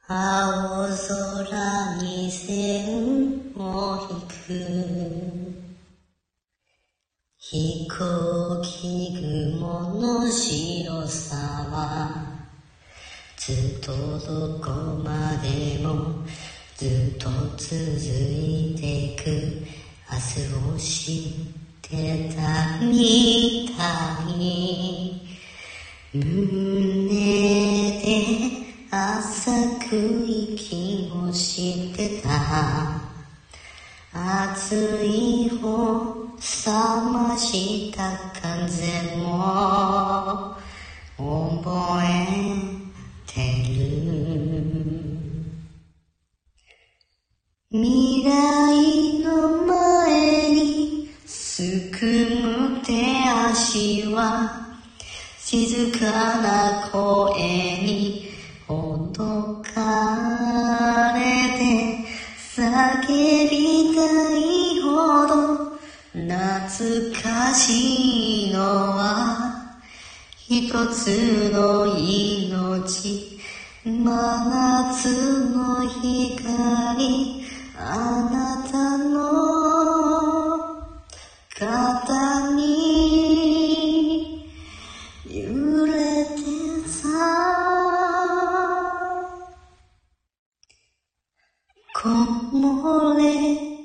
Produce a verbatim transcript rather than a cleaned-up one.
青空に線を引く飛行機雲の白さはずっとどこまでもずっと続いてく明日を知ってたみたい胸で浅く息をしてた熱い方冷ました風も覚えてる未来の前にすくむ手足は静かな声に脅かれて叫びたいほど懐かしいのは一つの命真夏の光あなたの肩に揺れてさ木漏れ